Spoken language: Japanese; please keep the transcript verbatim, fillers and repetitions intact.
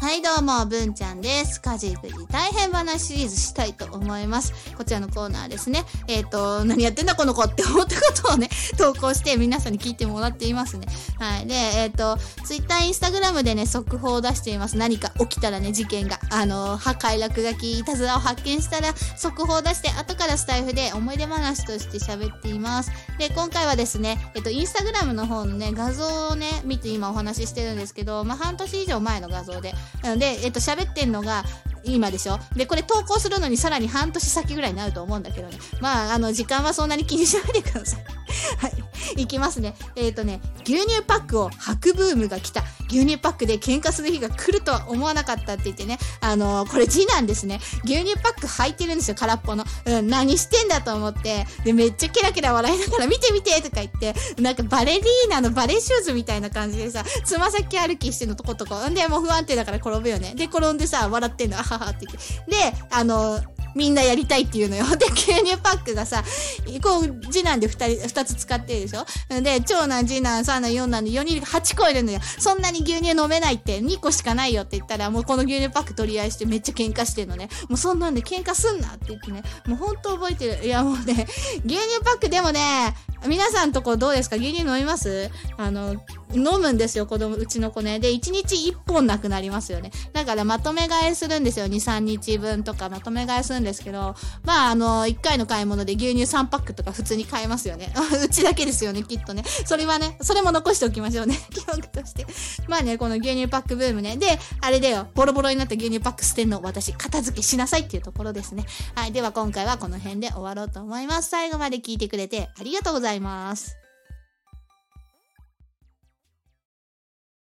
はいどうも、ぶんちゃんです。家事育児大変話シリーズしたいと思います。こちらのコーナーですね。えっと、何やってんだこの子って思ったことをね、投稿して皆さんに聞いてもらっていますね。はい。で、えっと、ツイッター、インスタグラムでね、速報を出しています。何か起きたらね、事件が、あの、破壊落書き、いたずらを発見したら、速報を出して、後からスタイフで思い出話として喋っています。で、今回はですね、えっと、インスタグラムの方のね、画像をね、見て今お話ししてるんですけど、まあ、半年以上前の画像で、なので、えっと、喋ってんのが、今でしょ。で、これ投稿するのにさらに半年先ぐらいになると思うんだけどね。まあ、あの、時間はそんなに気にしないでください。はい。いきますね。えっとね、牛乳パックを履くブームが来た。牛乳パックで喧嘩する日が来るとは思わなかったって言ってね。あのー、これ次男ですね。牛乳パック履いてるんですよ、空っぽの。うん、何してんだと思って。で、めっちゃケラケラ笑いながら見て見てとか言って、なんかバレリーナのバレーシューズみたいな感じでさ、つま先歩きしてんのとことこ。んで、もう不安定だから転ぶよね。で、転んでさ、笑ってんの。あははって言って。で、あのー、みんなやりたいっていうのよ。で、牛乳パックがさ、こう、次男で二人、二つ使ってるでしょ。で、長男、次男、三男、四男でよにんはちこいるのよ。そんなに牛乳飲めないってにこしかないよって言ったら、もうこの牛乳パック取り合いしてめっちゃ喧嘩してんのね。もうそんなんで喧嘩すんなって言ってね。もうほんと覚えてる。いやもうね、牛乳パックでもね、皆さんとこどうですか？牛乳飲みます？あの、飲むんですよ、子供、うちの子ね。で、いちにちいっぽんなくなりますよね。だからまとめ買いするんですよ。に、さんにちぶんとかまとめ買いするんですけど、まあ、あの、いっかいの買い物で牛乳さんパックとか普通に買えますよね。うちだけですよね、きっとね。それはね、それも残しておきましょうね。記憶として。まあね、この牛乳パックブームね。で、あれだよ、ボロボロになった牛乳パック捨てんの私、片付けしなさいっていうところですね。はい。では今回はこの辺で終わろうと思います。最後まで聞いてくれてありがとうございます。